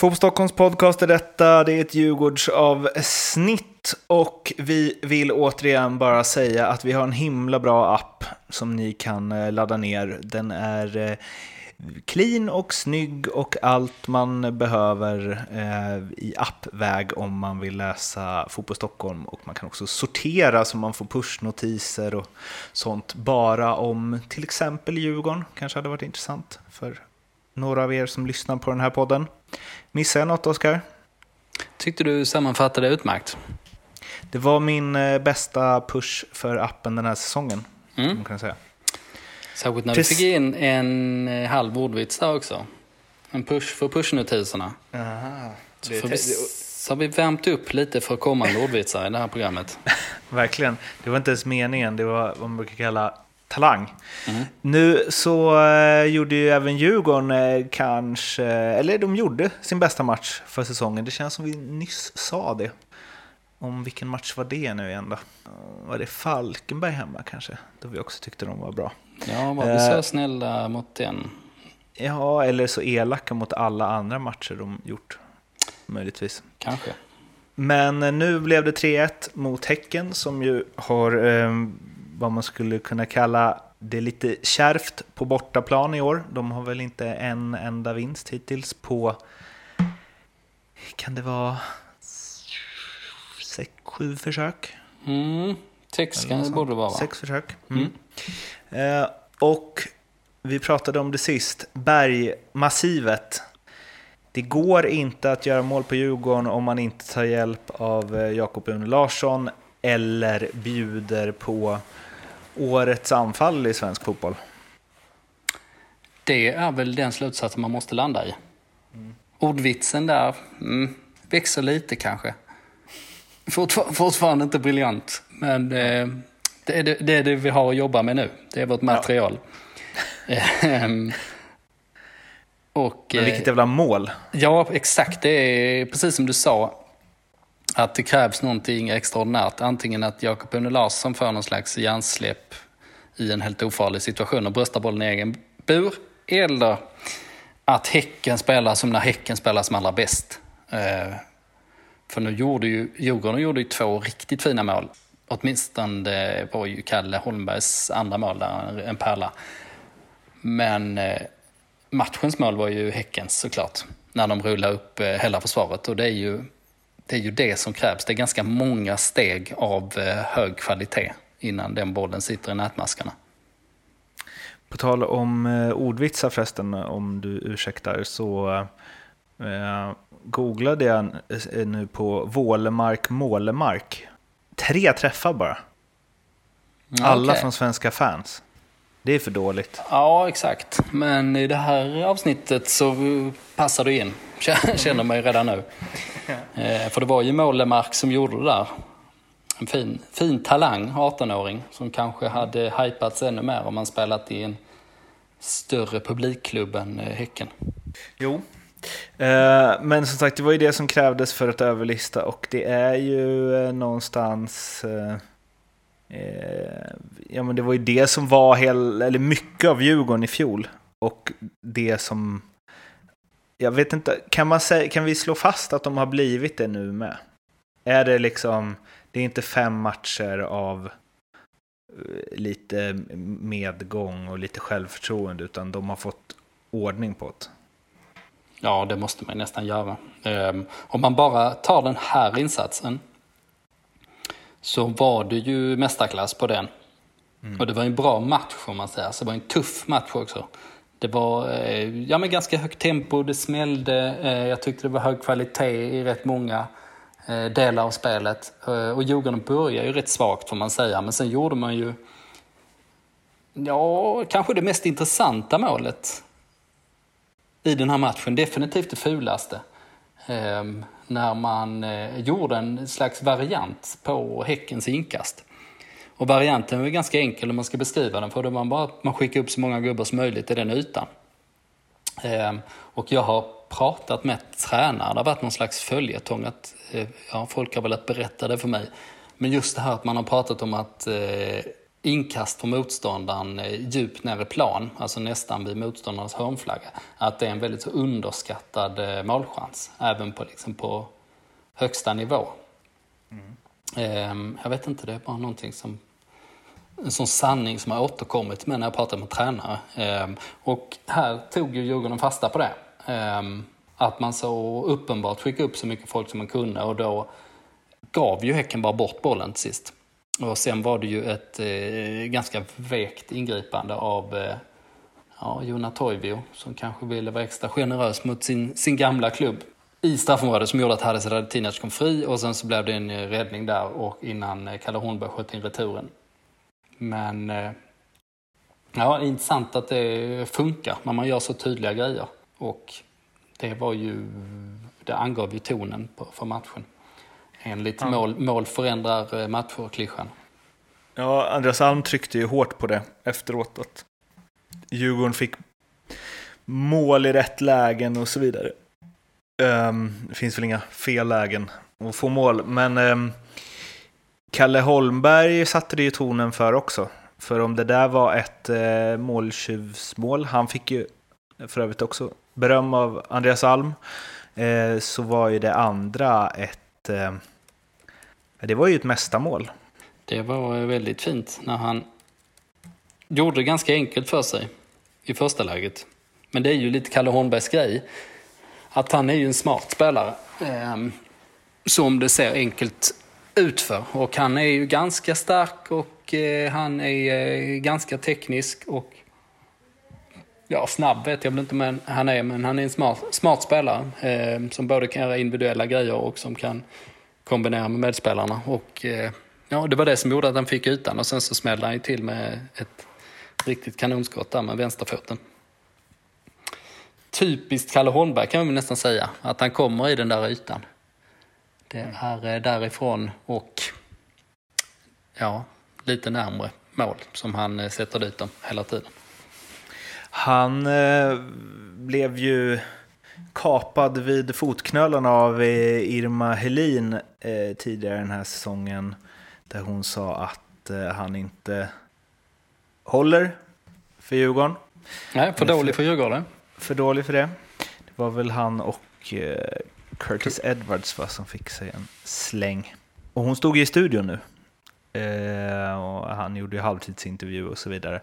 Fotboll Stockholms podcast är detta, det är ett Djurgårdsavsnitt och vi vill återigen bara säga att vi har en himla bra app som ni kan ladda ner. Den är clean och snygg och allt man behöver i appväg om man vill läsa Fotboll Stockholm, och man kan också sortera så man får pushnotiser och sånt bara om till exempel Djurgården. Kanske hade varit intressant för några av er som lyssnar på den här podden. Missar jag något, Oskar? Tyckte du sammanfattade utmärkt. Det var min bästa push för appen den här säsongen, kan jag säga. Särskilt när vi fick in en halv ordvits där också. En push för pushnotiserna. Så har vi värmt upp lite för kommande ordvitsar i det här programmet. Verkligen. Det var inte ens meningen. Det var vad man brukar kalla talang. Nu så gjorde ju även Djurgården kanske, eller de gjorde sin bästa match för säsongen. Det känns som vi nyss sa det. Om vilken match var det nu igen då? Var det Falkenberg hemma kanske? Då vi också tyckte de var bra. Ja, var vi så snälla mot den? Ja, eller så elaka mot alla andra matcher de gjort. Möjligtvis. Kanske. Men nu blev det 3-1 mot Häcken som ju har vad man skulle kunna kalla det lite kärvt på bortaplan i år. De har väl inte en enda vinst hittills på, kan det vara 6-7 försök? 6 kan det borde vara, va? 6 försök. Och vi pratade om det sist. Bergmassivet. Det går inte att göra mål på Djurgården om man inte tar hjälp av Jakob Une Larsson eller bjuder på årets anfall i svensk fotboll. Det är väl den slutsatsen man måste landa i. Ordvitsen där växer lite kanske. Fortfarande inte briljant, men det är det vi har att jobba med nu. Det är vårt material. Och, men vilket jävla mål. Ja, exakt. Det är precis som du sa, att det krävs någonting extraordinärt. Antingen att Jakob Une Larsson får någon slags hjärnsläpp i en helt ofarlig situation och bröstar bollen i egen bur, eller att Häcken spelar som när Häcken spelar som allra bäst. För nu gjorde ju Djurgården 2 riktigt fina mål. Åtminstone var ju Kalle Holmbergs andra mål där en pärla. Men matchens mål var ju Häckens såklart, när de rullar upp hela försvaret. Och det är ju det som krävs. Det är ganska många steg av hög kvalitet innan den bollen sitter i nätmaskarna. På tal om ordvitsar förresten, om du ursäktar, så googlade jag nu på Wålemark Målemark. 3 träffar bara. Alla från svenska fans. Det är för dåligt. Ja, exakt. Men i det här avsnittet så passar du in. Känner mig redan nu. För det var ju Målemark som gjorde det där. En fin talang, 18-åring, som kanske hade hypats ännu mer om man spelat i en större publikklubb än Häcken. Jo. Men som sagt, det var ju det som krävdes för att överlista, och det är ju någonstans ja, men det var ju det som var eller mycket av Djurgården i fjol, och det som jag vet inte, kan vi slå fast att de har blivit det nu med? Är det liksom, det är inte 5 matcher av lite medgång och lite självförtroende, utan de har fått ordning på det. Ja, det måste man nästan göra. Om man bara tar den här insatsen, så var det ju mästarklass på den. Och det var en bra match, om man säger. Så det var en tuff match också. Det var men ganska högt tempo, det smällde. Jag tyckte det var hög kvalitet i rätt många delar av spelet. Och Djurgården började ju rätt svagt, får man säga. Men sen gjorde man ju kanske det mest intressanta målet i den här matchen. Definitivt det fulaste. När man gjorde en slags variant på Häckens inkast. Och varianten är ganska enkel om man ska beskriva den, för då man skickar upp så många gubbar som möjligt i den ytan. Och jag har pratat med tränare, det har varit någon slags följetong att folk har velat berätta det för mig. Men just det här att man har pratat om att inkast på motståndaren djupt ner i plan, alltså nästan vid motståndarens hörnflagga, att det är en väldigt så underskattad målchans, även på, liksom på högsta nivå. Jag vet inte, det är bara någonting som en sån sanning som har återkommit med när jag pratar med tränare. Och här tog ju Djurgården fasta på det. Att man så uppenbart skickade upp så mycket folk som man kunde, och då gav ju Häcken bara bort bollen till sist. Och sen var det ju ett ganska vekt ingripande av Jona Toivio, som kanske ville vara extra generös mot sin gamla klubb i straffområdet, som gjorde att Haris Radetinac kom fri, och sen så blev det en räddning där och innan Kalle Holmberg sköt in returen. Men ja, det är intressant att det funkar när man gör så tydliga grejer, och det angav ju tonen för matchen. Enligt mål förändrar matchklyschan. Ja, Andreas Alm tryckte ju hårt på det efteråt, att Djurgården fick mål i rätt lägen och så vidare. Det finns väl inga fel lägen att få mål, men Kalle Holmberg satte det ju tonen för också. För om det där var ett måltjuvsmål, han fick ju för övrigt också beröm av Andreas Alm, så var ju det andra det var ju ett mästarmål. Det var väldigt fint när han gjorde det ganska enkelt för sig i första läget. Men det är ju lite Kalle Holmbergs grej, att han är ju en smart spelare som det ser enkelt ut för. Och han är ju ganska stark, och han är ganska teknisk, och snabb vet jag väl inte, men han är en smart spelare som både kan göra individuella grejer och som kan kombinera med medspelarna. Och det var det som gjorde att han fick ytan, och sen så smällde han till med ett riktigt kanonskott där med vänsterfoten. Typiskt Kalle Holmberg kan man nästan säga, att han kommer i den där ytan. Det är därifrån och lite närmare mål som han sätter dit dem hela tiden. Han blev ju kapad vid fotknölarna av Irma Helin tidigare den här säsongen, där hon sa att han inte håller för Djurgården. Nej, för dålig för Djurgården. För dålig för det. Det var väl han och Curtis Edwards som fick sig en släng. Och hon stod i studion nu. Och han gjorde ju halvtidsintervju och så vidare.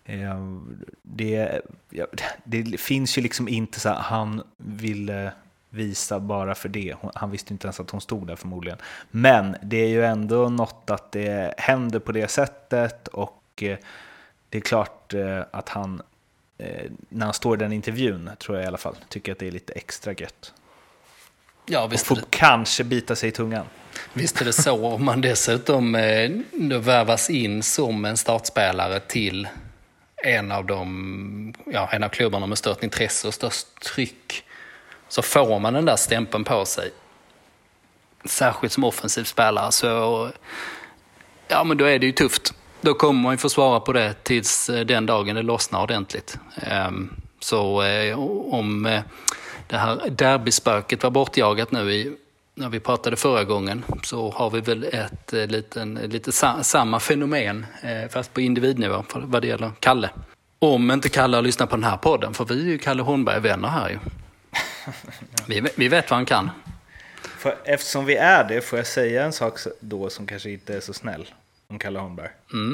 Det finns ju liksom inte så här, han ville visa bara för det. Han visste inte ens att hon stod där förmodligen. Men det är ju ändå något att det händer på det sättet, och det är klart att han när han står i den intervjun, tror jag i alla fall, tycker att det är lite extra gött. Ja, visst. Och får kanske bita sig i tungan. Visst är det så, om man dessutom värvas in som en startspelare till en av klubbarna med störst intresse och störst tryck, så får man den där stämpeln på sig. Särskilt som offensiv spelare, så men då är det ju tufft. Då kommer man ju få svara på det tills den dagen det lossnar ordentligt. Så om det här derbyspöket var bortjagat nu när vi pratade förra gången, så har vi väl lite samma fenomen, fast på individnivå vad det gäller Kalle. Om inte Kalle har lyssnat på den här podden, för vi är ju Kalle Holmberg-vänner här ju. Vi vet vad han kan. Eftersom vi är det, får jag säga en sak då som kanske inte är så snäll om Kalle Holmberg.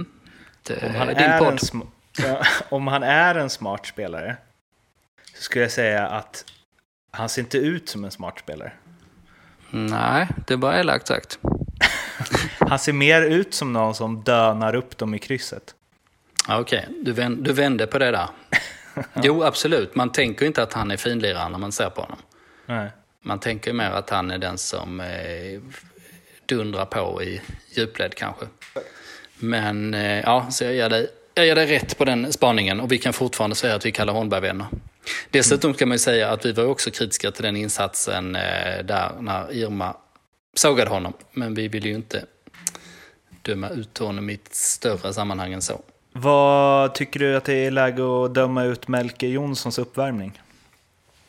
Om han är en smart spelare, så skulle jag säga att han ser inte ut som en smart spelare. Nej, det är bara elakt sagt. Han ser mer ut som någon som dönar upp dem i krysset. Okej, du vände på det där. Jo, absolut. Man tänker inte att han är finlirare när man ser på honom. Nej. Man tänker mer att han är den som dundrar på i djupled kanske. Men så jag ger dig rätt på den spaningen, och vi kan fortfarande säga att vi kallar Holmberg-vänner. Dessutom kan man ju säga att vi var också kritiska till den insatsen där när Irma sågade honom. Men vi vill ju inte döma ut honom i ett större sammanhang än så. Vad tycker du att det är läge att döma ut Melker Jonssons uppvärmning?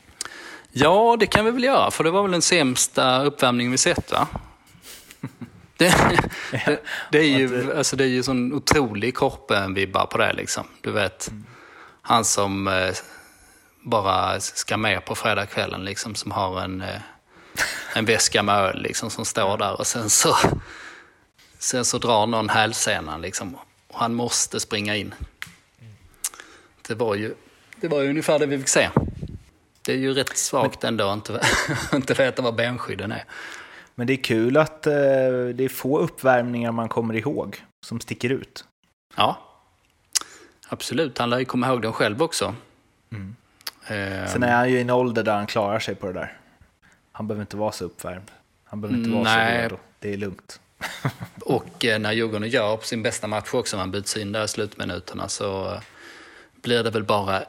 Ja, det kan vi väl göra, för det var väl den sämsta uppvärmningen vi sett, va? Det är ju sån otrolig Korpen-vibbar på det liksom. Du vet, han som bara ska med på fredagskvällen liksom, som har en väska med öl liksom, som står där och sen så drar någon hälsenan liksom, och han måste springa in. Det var ju ungefär det vi fick se. Det är ju rätt svagt ändå att inte veta vad benskydden är. Men det är kul att det är få uppvärmningar man kommer ihåg som sticker ut. Ja, absolut. Han lär ju komma ihåg den själv också. Sen är han ju i en ålder där han klarar sig på det där. Han behöver inte vara så uppvärmd. Han behöver inte vara så redo. Det är lugnt. Och när Djurgården gör på sin bästa match också, man byts in där i slutminuterna, så blir det väl bara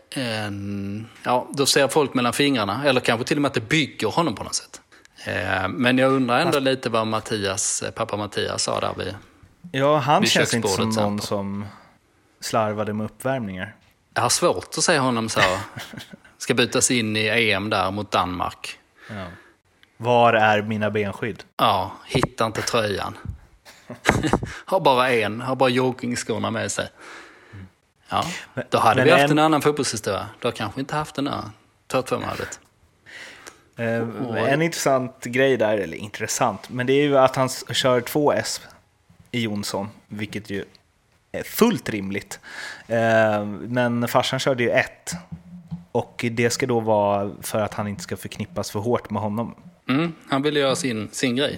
då ser folk mellan fingrarna. Eller kanske till och med att det bygger honom på något sätt. Men jag undrar ändå lite vad pappa Mattias sa där han känns inte som någon som slarvade med uppvärmningar. Jag har svårt att se honom så. Ska bytas in i EM där mot Danmark. Ja. Var är mina benskydd? Ja, hittar inte tröjan. har bara joggingskorna med sig. Ja, då hade vi haft en annan fotbollshistoria. Då har kanske inte haft den här 2-2-målet. En intressant grej där, eller intressant, men det är ju att han kör 2S i Jonsson, vilket ju är fullt rimligt. Men farsan körde ju 1, och det ska då vara för att han inte ska förknippas för hårt med honom. Han ville göra sin grej.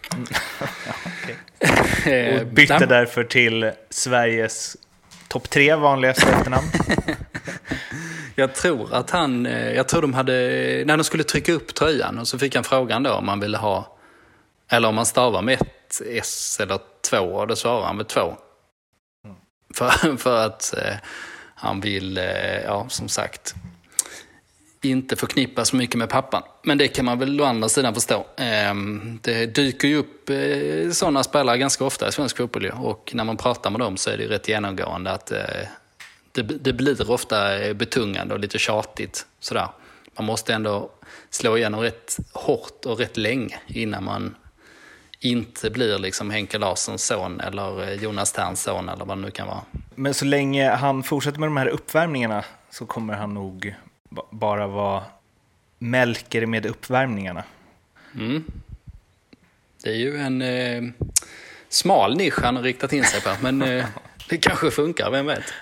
Och bytte därför till Sveriges topp 3 vanligaste efternamn. Jag tror de hade, när de skulle trycka upp tröjan, och så fick han frågan då om man ville ha, eller om man stavar med 1 S eller 2, och då svarade han med 2. För att han vill, som sagt, inte förknippas så mycket med pappan. Men det kan man väl å andra sidan förstå. Det dyker ju upp sådana spelare ganska ofta i svensk fotboll, och när man pratar med dem så är det rätt genomgående att det blir ofta betungande och lite tjatigt. Sådär. Man måste ändå slå igenom rätt hårt och rätt länge innan man inte blir liksom Henke Larssons son eller Jonas Terns son eller vad det nu kan vara. Men så länge han fortsätter med de här uppvärmningarna så kommer han nog bara vara Melker med uppvärmningarna. Det är ju en smal nisch han har riktat in sig på, men det kanske funkar, vem vet.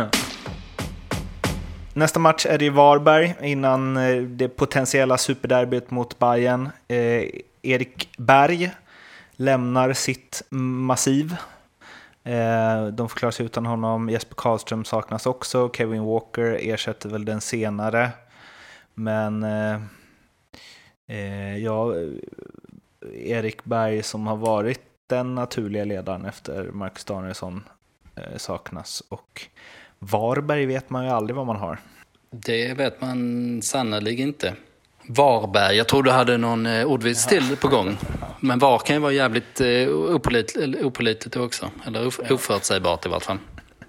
Nästa match är det i Varberg innan det potentiella superderbyt mot Bayern. Erik Berg lämnar sitt massiv. De får klara sig utan honom. Jesper Karlström saknas också. Kevin Walker ersätter väl den senare. Men Erik Berg, som har varit den naturliga ledaren efter Marcus Danielsson, saknas. Och Varberg vet man ju aldrig vad man har. Det vet man sannolikt inte. Varberg, jag tror du hade någon ordvits till på gång. Men var kan ju vara jävligt opålitligt också. Eller oförutsägbart i vart fall.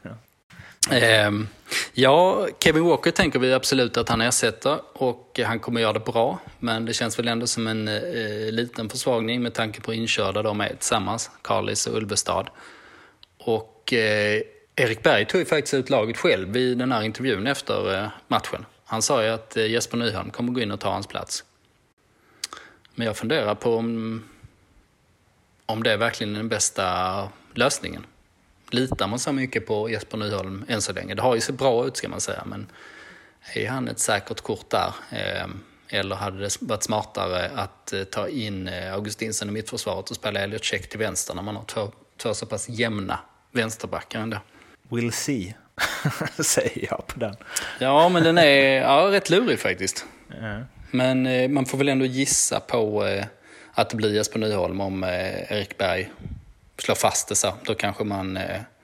Kevin Walker tänker vi absolut att han ersätter, och han kommer göra det bra. Men det känns väl ändå som en liten försvagning med tanke på inkörda de är tillsammans, Kallis och Ulvestad. Och Erik Berg tog ju faktiskt ut laget själv i den här intervjun efter matchen. Han sa ju att Jesper Nyholm kommer gå in och ta hans plats. Men jag funderar på om det är verkligen den bästa lösningen. Litar man så mycket på Jesper Nyholm än så länge? Det har ju så bra ut, ska man säga, men är han ett säkert kort där? Eller hade det varit smartare att ta in Augustinsson i mittförsvaret och spela Elliot Check till vänster när man har två så pass jämna vänsterbackar ändå? We'll see, säger jag på den. Ja, men den är rätt lurig faktiskt. Men man får väl ändå gissa på att det blir Jesper Nyholm om Erik Berg slår fast det så. Då kanske man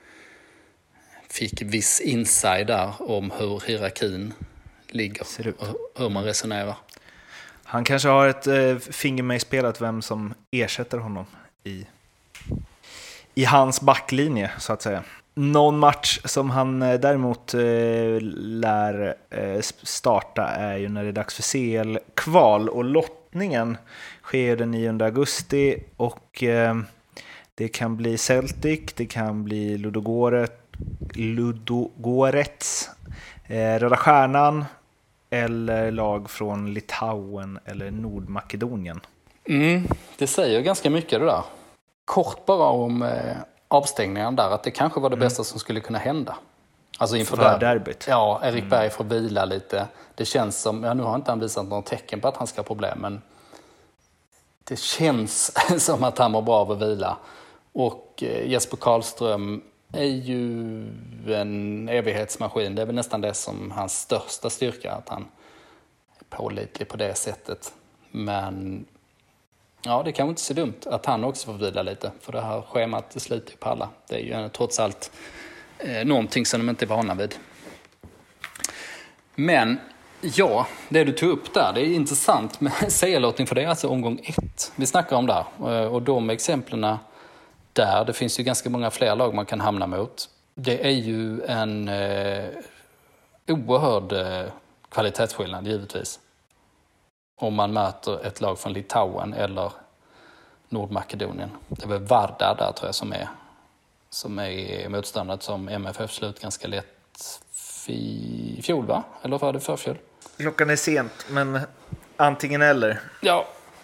fick viss inside där om hur hierarkin ligger och hur man resonerar. Han kanske har ett finger med i spelet vem som ersätter honom i hans backlinje, så att säga. Någon match som han däremot lär starta är ju när det är dags för CL-kval, och lottningen sker den 9 augusti, och Det kan bli Celtic, det kan bli Ludogorets, Röda Stjärnan eller lag från Litauen eller Nordmakedonien. Det säger ganska mycket det där. Kort bara om avstängningen där, att det kanske var det bästa som skulle kunna hända. Alltså inför derbyt. Ja, Erik Berg får vila lite. Det känns som, nu har inte han visat någon tecken på att han ska ha problem, men det känns som att han mår bra av att vila. Och Jesper Karlström är ju en evighetsmaskin. Det är väl nästan det som hans största styrka, att han är pålitlig på det sättet. Men ja, det kan inte så dumt att han också får vila lite. För det här schemat sliter ju på alla. Det är ju trots allt någonting som de inte är vana vid. Men ja, det du tog upp där, det är intressant med CL-lottning, för det är alltså omgång 1 vi snackar om där. Och de exemplen där, det finns ju ganska många fler lag man kan hamna mot. Det är ju en oerhörd kvalitetsskillnad givetvis. Om man möter ett lag från Litauen eller Nordmakedonien. Det är väl Vardar där tror jag som är motståndet som MFF slut ganska lätt i fjol, va? Eller var det förfjol? Klockan är sent, men antingen eller. Ja.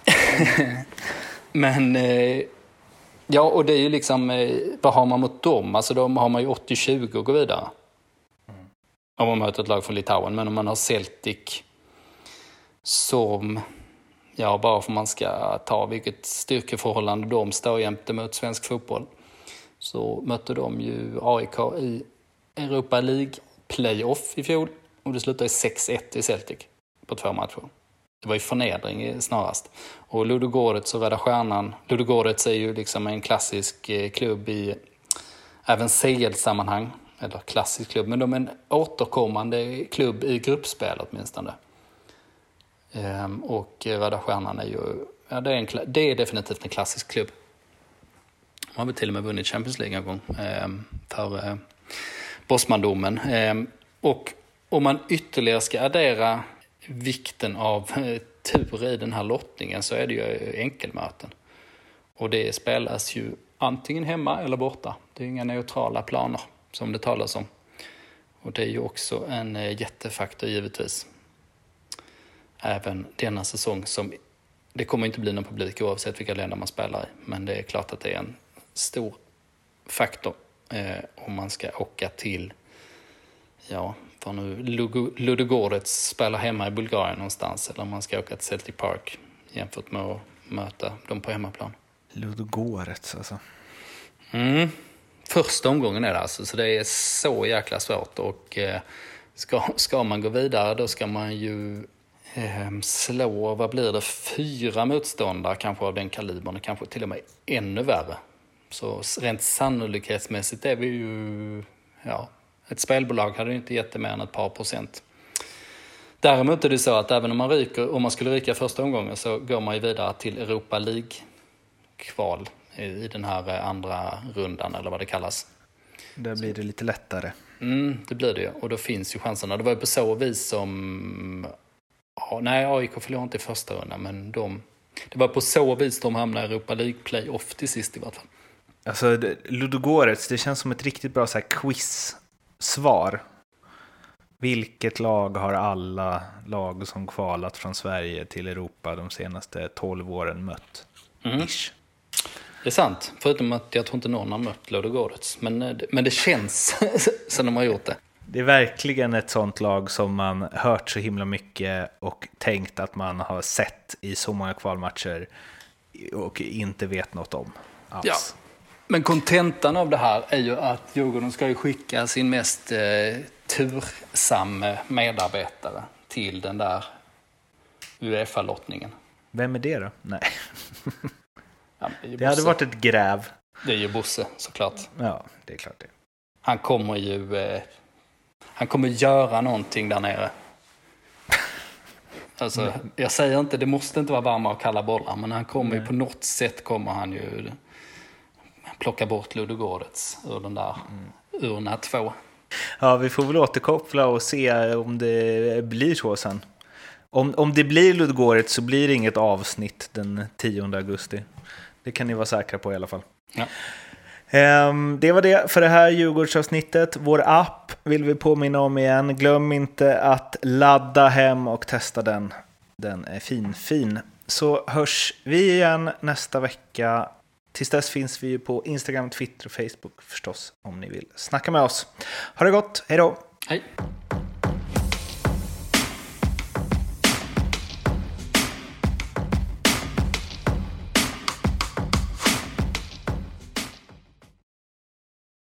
Men ja, och det är ju liksom, vad har man mot dem? Alltså de har man ju 80-20 och gå vidare. Om man möter ett lag från Litauen. Men om man har Celtic som, ja, bara för man ska ta vilket styrkeförhållande de står jämte mot svensk fotboll, så mötte de ju AIK i Europa League playoff i fjol, och det slutade i 6-1 i Celtic på 2 matcher. Det var ju förnedring snarast. Och Ludogorets och Röda Stjärnan, Ludogorets är ju liksom en klassisk klubb i även CL-sammanhang, eller klassisk klubb, men de är en återkommande klubb i gruppspel åtminstone. Och Röda Stjärnan är ju, ja, det är definitivt en klassisk klubb. De har väl till och med vunnit Champions League en gång för Bosmandomen. Och om man ytterligare ska addera vikten av tur i den här lottningen, så är det ju enkelmöten. Och det spelas ju antingen hemma eller borta. Det är inga neutrala planer som det talas om. Och det är ju också en jättefaktor givetvis. Även denna säsong, som det kommer inte bli någon publik oavsett vilka länder man spelar i. Men det är klart att det är en stor faktor om man ska åka till, ja, för nu Ludogorets spelar hemma i Bulgarien någonstans, eller om man ska åka till Celtic Park jämfört med att möta dem på hemmaplan. Ludogorets alltså. Första omgången är det alltså, så det är så jäkla svårt. Och ska man gå vidare, då ska man ju slå, vad blir det, 4 motståndare kanske av den kalibern, kanske till och med ännu värre. Så rent sannolikhetsmässigt är vi ju, ja, ett spelbolag hade ju inte gett det mer än ett par procent. Däremot är det så att även om man skulle ryka första omgången, så går man ju vidare till Europa League-kval i den här andra rundan, eller vad det kallas. Där blir det lite lättare. Det blir det, och då finns ju chanserna. Det var ju på så vis som, nej, AIK förlorade inte i första rundan, men det var på så vis de hamnade i Europa League playoff till sist i vart fall. Alltså Ludogorets, det känns som ett riktigt bra så här quiz-svar. Vilket lag har alla lag som kvalat från Sverige till Europa de senaste 12 åren mött? Ish. Det är sant, förutom att jag tror inte någon har mött Ludogorets. Men det känns som de har gjort det. Det är verkligen ett sånt lag som man hört så himla mycket och tänkt att man har sett i så många kvalmatcher och inte vet något om alls. Ja. Men kontentan av det här är ju att Djurgården ska ju skicka sin mest tursamme medarbetare till den där UEFA-lottningen. Vem är det då? Nej. Ja, det hade varit ett gräv. Det är ju Bosse, såklart. Ja, det är klart det. Han kommer ju göra någonting där nere. Alltså, jag säger inte, det måste inte vara varma och kalla bollar, men han kommer ju på något sätt, kommer han ju plocka bort Ludogorets ur den där urna 2. Ja, vi får väl återkoppla och se om det blir så sen. Om det blir Ludogorets, så blir det inget avsnitt den 10 augusti. Det kan ni vara säkra på i alla fall. Ja. Det var det för det här Djurgårdsavsnittet. Vår app vill vi påminna om igen. Glöm inte att ladda hem och testa den. Den är fin. Så hörs vi igen nästa vecka. Tills dess finns vi på Instagram, Twitter och Facebook förstås om ni vill snacka med oss. Ha det gott, hej då! Hej!